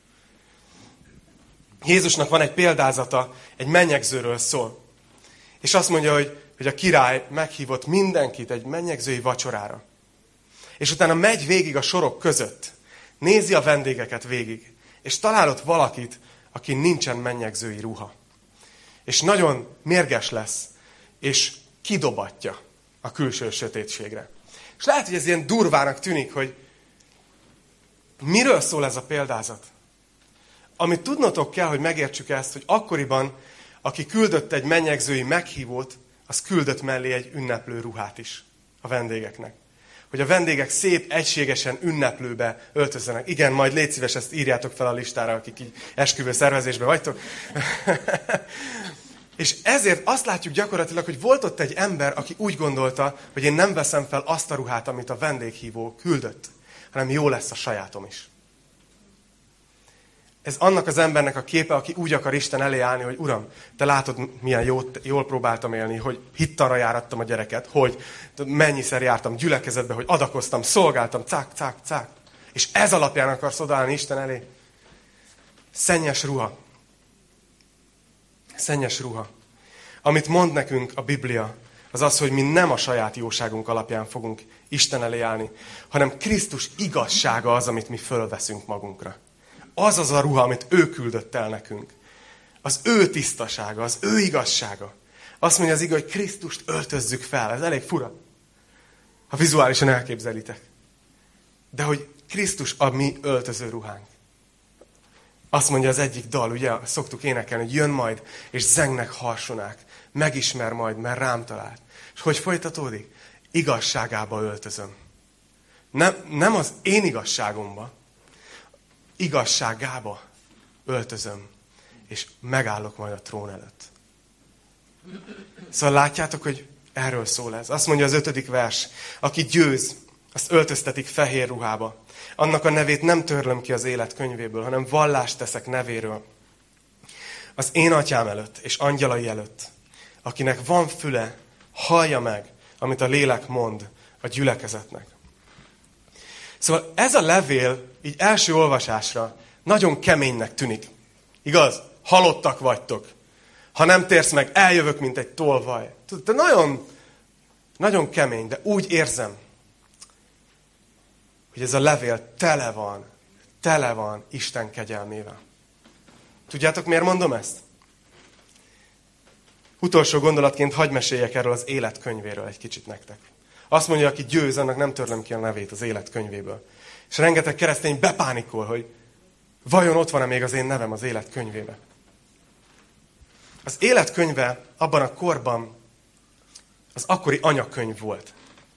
Jézusnak van egy példázata, egy mennyegzőről szól. És azt mondja, hogy a király meghívott mindenkit egy mennyegzői vacsorára. És utána megy végig a sorok között. Nézi a vendégeket végig. És talál ott valakit, aki nincsen mennyegzői ruha. És nagyon mérges lesz. És kidobatja a külső sötétségre. És lehet, hogy ez ilyen durvának tűnik, hogy miről szól ez a példázat? Amit tudnotok kell, hogy megértsük ezt, hogy akkoriban, aki küldött egy mennyegzői meghívót, az küldött mellé egy ünneplő ruhát is a vendégeknek. Hogy a vendégek szép, egységesen ünneplőbe öltözzenek. Igen, majd légy szíves, ezt írjátok fel a listára, akik így esküvő szervezésben vagytok. És ezért azt látjuk gyakorlatilag, hogy volt ott egy ember, aki úgy gondolta, hogy én nem veszem fel azt a ruhát, amit a vendéghívó küldött, hanem jó lesz a sajátom is. Ez annak az embernek a képe, aki úgy akar Isten elé állni, hogy Uram, te látod, milyen jól próbáltam élni, hogy hittanra járattam a gyereket, hogy mennyiszer jártam gyülekezetbe, hogy adakoztam, szolgáltam, cák. És ez alapján akarsz odaállni Isten elé. Szennyes ruha. Szennyes ruha. Amit mond nekünk a Biblia, az az, hogy mi nem a saját jóságunk alapján fogunk Isten elé állni, hanem Krisztus igazsága az, amit mi fölveszünk magunkra. Az az a ruha, amit ő küldött el nekünk. Az ő tisztasága, az ő igazsága. Azt mondja az ige, hogy Krisztust öltözzük fel. Ez elég fura, ha vizuálisan elképzelitek. De hogy Krisztus a mi öltöző ruhánk. Azt mondja az egyik dal, ugye szoktuk énekelni, hogy jön majd, és zengnek harsonák. Megismer majd, mert rám talált. És hogy folytatódik? Igazságába öltözöm. Nem az én igazságomba, igazságába öltözöm, és megállok majd a trón előtt. Szóval látjátok, hogy erről szól ez. Azt mondja az 5. vers, aki győz, azt öltöztetik fehér ruhába. Annak a nevét nem törlöm ki az élet könyvéből, hanem vallást teszek nevéről. Az én atyám előtt és angyalai előtt, akinek van füle, hallja meg, amit a lélek mond a gyülekezetnek. Szóval ez a levél így első olvasásra nagyon keménynek tűnik. Igaz? Halottak vagytok. Ha nem térsz meg, eljövök, mint egy tolvaj. De nagyon, nagyon kemény, de úgy érzem, hogy ez a levél tele van Isten kegyelmével. Tudjátok, miért mondom ezt? Utolsó gondolatként hadd meséljek erről az életkönyvéről egy kicsit nektek. Azt mondja, aki győz, annak nem törlöm ki a nevét az életkönyvéből. És rengeteg keresztény bepánikol, hogy vajon ott van-e még az én nevem az életkönyvébe. Az életkönyve abban a korban az akkori anyakönyv volt.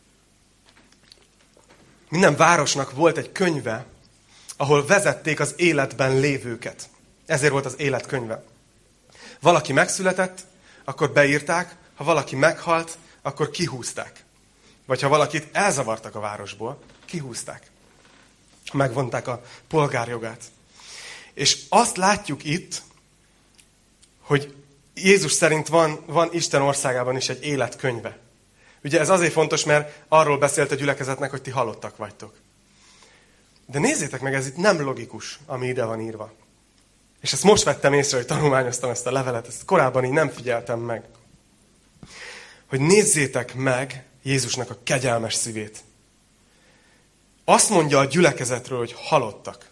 Minden városnak volt egy könyve, ahol vezették az életben lévőket. Ezért volt az életkönyve. Valaki megszületett, akkor beírták, ha valaki meghalt, akkor kihúzták. Vagy ha valakit elzavartak a városból, kihúzták. Megvonták a polgárjogát. És azt látjuk itt, hogy Jézus szerint van Isten országában is egy életkönyve. Ugye ez azért fontos, mert arról beszélt a gyülekezetnek, hogy ti halottak vagytok. De nézzétek meg, ez itt nem logikus, ami ide van írva. És ezt most vettem észre, hogy tanulmányoztam ezt a levelet, ezt korábban így nem figyeltem meg. Hogy nézzétek meg Jézusnak a kegyelmes szívét. Azt mondja a gyülekezetről, hogy halottak.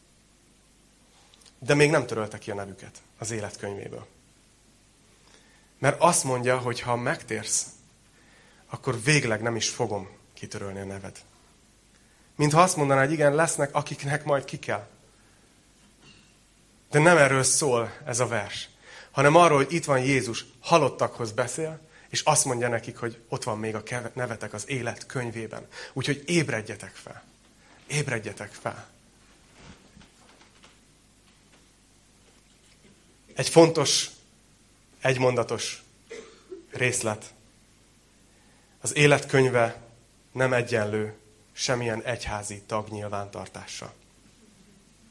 De még nem törölte ki a nevüket az életkönyvéből. Mert azt mondja, hogy ha megtérsz, akkor végleg nem is fogom kitörölni a neved. Mintha azt mondaná, hogy igen, lesznek, akiknek majd ki kell. De nem erről szól ez a vers, hanem arról, hogy itt van Jézus, halottakhoz beszél, és azt mondja nekik, hogy ott van még a nevetek az élet könyvében. Úgyhogy ébredjetek fel. Ébredjetek fel. Egy fontos, egymondatos részlet. Az életkönyve nem egyenlő semmilyen egyházi tag nyilvántartással.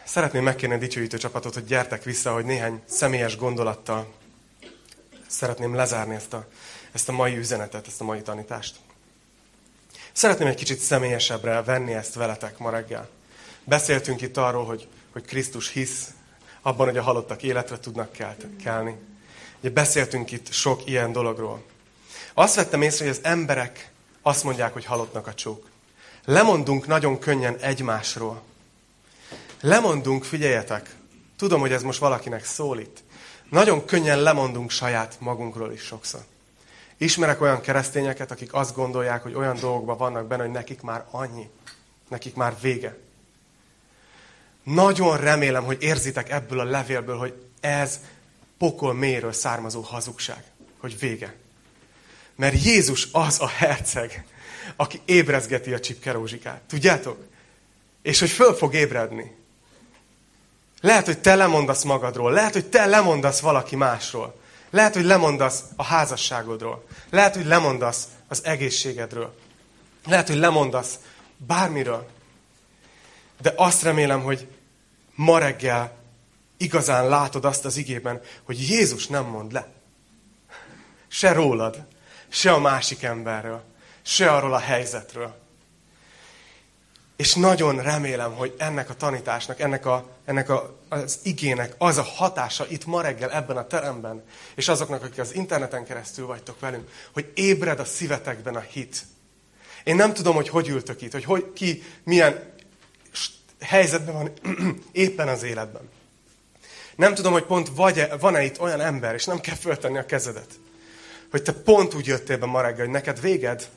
Szeretném megkérni a dicsőítő csapatot, hogy gyertek vissza, hogy néhány személyes gondolattal szeretném lezárni ezt a mai üzenetet, ezt a mai tanítást. Szeretném egy kicsit személyesebbre venni ezt veletek ma reggel. Beszéltünk itt arról, hogy Krisztus hisz abban, hogy a halottak életre tudnak kelni. Ugye beszéltünk itt sok ilyen dologról. Azt vettem észre, hogy az emberek azt mondják, hogy halottnak a csók. Lemondunk nagyon könnyen egymásról. Lemondunk, figyeljetek, tudom, hogy ez most valakinek szólít. Nagyon könnyen lemondunk saját magunkról is sokszor. Ismerek olyan keresztényeket, akik azt gondolják, hogy olyan dolgokban vannak benne, hogy nekik már annyi, nekik már vége. Nagyon remélem, hogy érzitek ebből a levélből, hogy ez pokol mélyről származó hazugság, hogy vége. Mert Jézus az a herceg, aki ébrezgeti a csipkerózsikát. Tudjátok? És hogy föl fog ébredni. Lehet, hogy te lemondasz magadról. Lehet, hogy te lemondasz valaki másról. Lehet, hogy lemondasz a házasságodról. Lehet, hogy lemondasz az egészségedről. Lehet, hogy lemondasz bármiről. De azt remélem, hogy ma reggel igazán látod azt az igében, hogy Jézus nem mond le. Se rólad, se a másik emberről, se arról a helyzetről. És nagyon remélem, hogy ennek a tanításnak, ennek az igének az a hatása itt ma reggel ebben a teremben, és azoknak, akik az interneten keresztül vagytok velünk, hogy ébred a szívetekben a hit. Én nem tudom, hogy ültök itt, hogy ki milyen helyzetben van éppen az életben. Nem tudom, hogy pont van-e itt olyan ember, és nem kell föltenni a kezedet, hogy te pont úgy jöttél be ma reggel, hogy neked véged.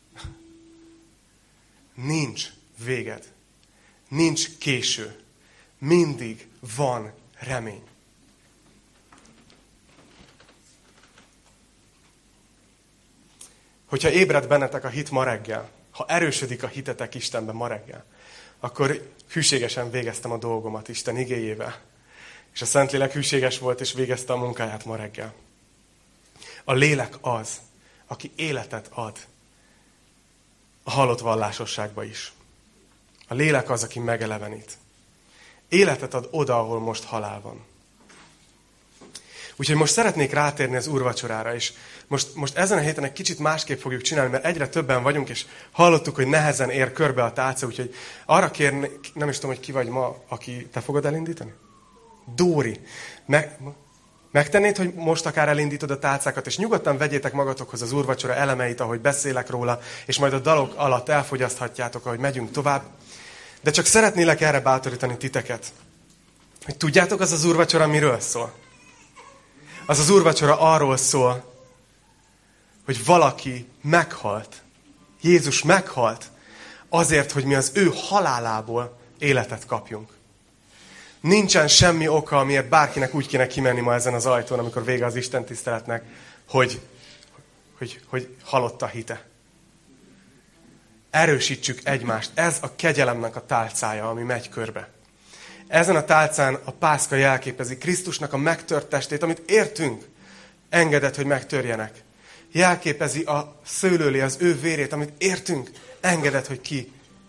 Nincs véged. Nincs késő. Mindig van remény. Hogyha ébred bennetek a hit ma reggel, ha erősödik a hitetek Istenben ma reggel, akkor hűségesen végeztem a dolgomat Isten igéjével. És a Szentlélek hűséges volt, és végezte a munkáját ma reggel. A lélek az, aki életet ad a halott vallásosságba is. A lélek az, aki megelevenít. Életet ad oda, ahol most halál van. Úgyhogy most szeretnék rátérni az úrvacsorára, és most ezen a héten egy kicsit másképp fogjuk csinálni, mert egyre többen vagyunk, és hallottuk, hogy nehezen ér körbe a tálca, úgyhogy arra kérnék, nem is tudom, hogy ki vagy ma, aki te fogod elindítani? Dóri. Megtennéd, hogy most akár elindítod a tálcákat, és nyugodtan vegyétek magatokhoz az úrvacsora elemeit, ahogy beszélek róla, és majd a dalok alatt elfogyaszthatjátok, ahogy megyünk tovább. De csak szeretnélek erre bátorítani titeket, hogy tudjátok, az úrvacsora miről szól? Az úrvacsora arról szól, hogy valaki meghalt. Jézus meghalt azért, hogy mi az ő halálából életet kapjunk. Nincsen semmi oka, amiért bárkinek úgy kéne kimenni ma ezen az ajtón, amikor vége az Isten tiszteletnek, hogy halott a hite. Erősítsük egymást. Ez a kegyelemnek a tálcája, ami megy körbe. Ezen a tálcán a pászka jelképezi Krisztusnak a megtört testét, amit értünk, engedett, hogy megtörjenek. Jelképezi a szőlőlé az ő vérét, amit értünk, engedett, hogy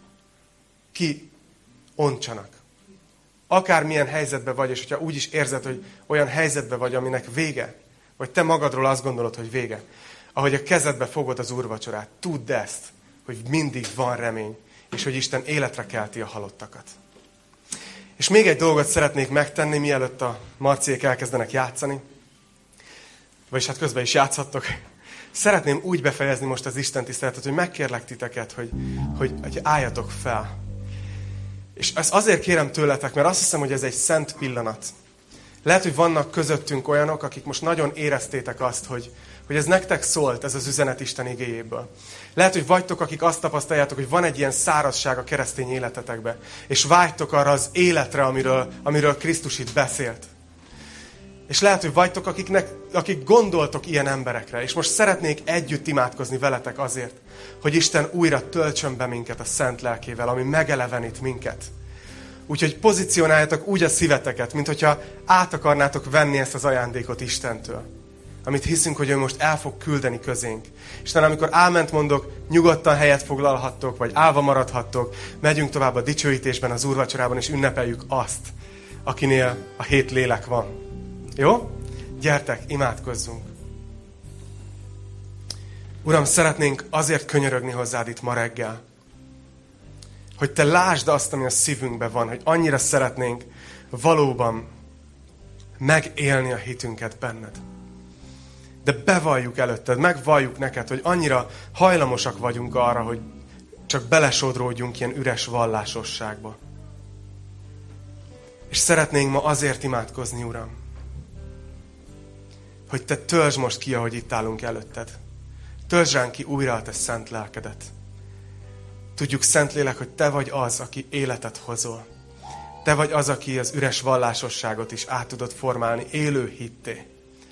ki ontsanak. Akármilyen helyzetben vagy, és hogyha úgy is érzed, hogy olyan helyzetben vagy, aminek vége, vagy te magadról azt gondolod, hogy vége, ahogy a kezedbe fogod az úrvacsorát, tudd ezt, hogy mindig van remény, és hogy Isten életre kelti a halottakat. És még egy dolgot szeretnék megtenni, mielőtt a Marciék elkezdenek játszani, vagyis hát közben is játszhattok. Szeretném úgy befejezni most az Isten tiszteletet, hogy megkérlek titeket, hogy álljatok fel. És ezt azért kérem tőletek, mert azt hiszem, hogy ez egy szent pillanat. Lehet, hogy vannak közöttünk olyanok, akik most nagyon éreztétek azt, hogy ez nektek szólt, ez az üzenet Isten igéjéből. Lehet, hogy vagytok, akik azt tapasztaljátok, hogy van egy ilyen szárazság a keresztény életetekben, és vágytok arra az életre, amiről Krisztus itt beszélt. És lehet, hogy vagytok, akik gondoltok ilyen emberekre, és most szeretnék együtt imádkozni veletek azért, hogy Isten újra töltsön be minket a szent lelkével, ami megelevenít minket. Úgyhogy pozícionáljatok úgy a szíveteket, mint hogyha át akarnátok venni ezt az ajándékot Istentől. amit hiszünk, hogy ő most el fog küldeni közénk. Isten, amikor áment mondok, nyugodtan helyet foglalhattok, vagy állva maradhattok, megyünk tovább a dicsőítésben, az úrvacsorában, és ünnepeljük azt, akinél a 7 lélek van. Jó? Gyertek, imádkozzunk. Uram, szeretnénk azért könyörögni hozzád itt ma reggel, hogy te lásd azt, ami a szívünkben van, hogy annyira szeretnénk valóban megélni a hitünket benned. De bevalljuk előtted, megvalljuk neked, hogy annyira hajlamosak vagyunk arra, hogy csak belesodródjunk ilyen üres vallásosságba. És szeretnénk ma azért imádkozni, Uram, hogy te töltsd most ki, ahogy itt állunk előtted. Töltsd ránk ki újra a te szent lelkedet. Tudjuk, Szentlélek, hogy te vagy az, aki életet hozol. Te vagy az, aki az üres vallásosságot is át tudod formálni élő hitté.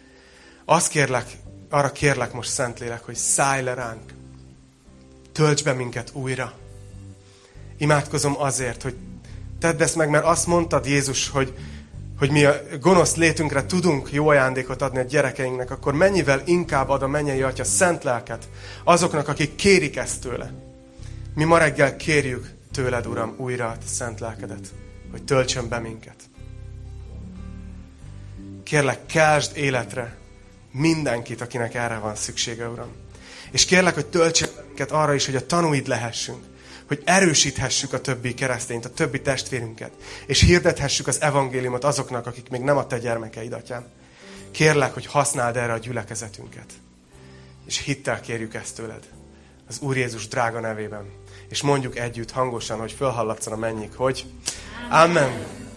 Arra kérlek most, Szentlélek, hogy szállj le ránk. Tölts be minket újra. Imádkozom azért, hogy tedd ezt meg, mert azt mondtad, Jézus, hogy mi a gonosz létünkre tudunk jó ajándékot adni a gyerekeinknek, akkor mennyivel inkább ad a mennyei Atya szent lelket azoknak, akik kérik ezt tőle. Mi ma reggel kérjük tőled, Uram, újra a szent lelkedet, hogy töltsön be minket. Kérlek, keltsd életre mindenkit, akinek erre van szüksége, Uram. És kérlek, hogy töltsön be minket arra is, hogy a tanúid lehessünk, hogy erősíthessük a többi keresztényt, a többi testvérünket, és hirdethessük az evangéliumot azoknak, akik még nem a te gyermekeid, Atyám. Kérlek, hogy használd erre a gyülekezetünket. És hittel kérjük ezt tőled, az Úr Jézus drága nevében. És mondjuk együtt hangosan, hogy fölhallatszon a mennyik, hogy Amen.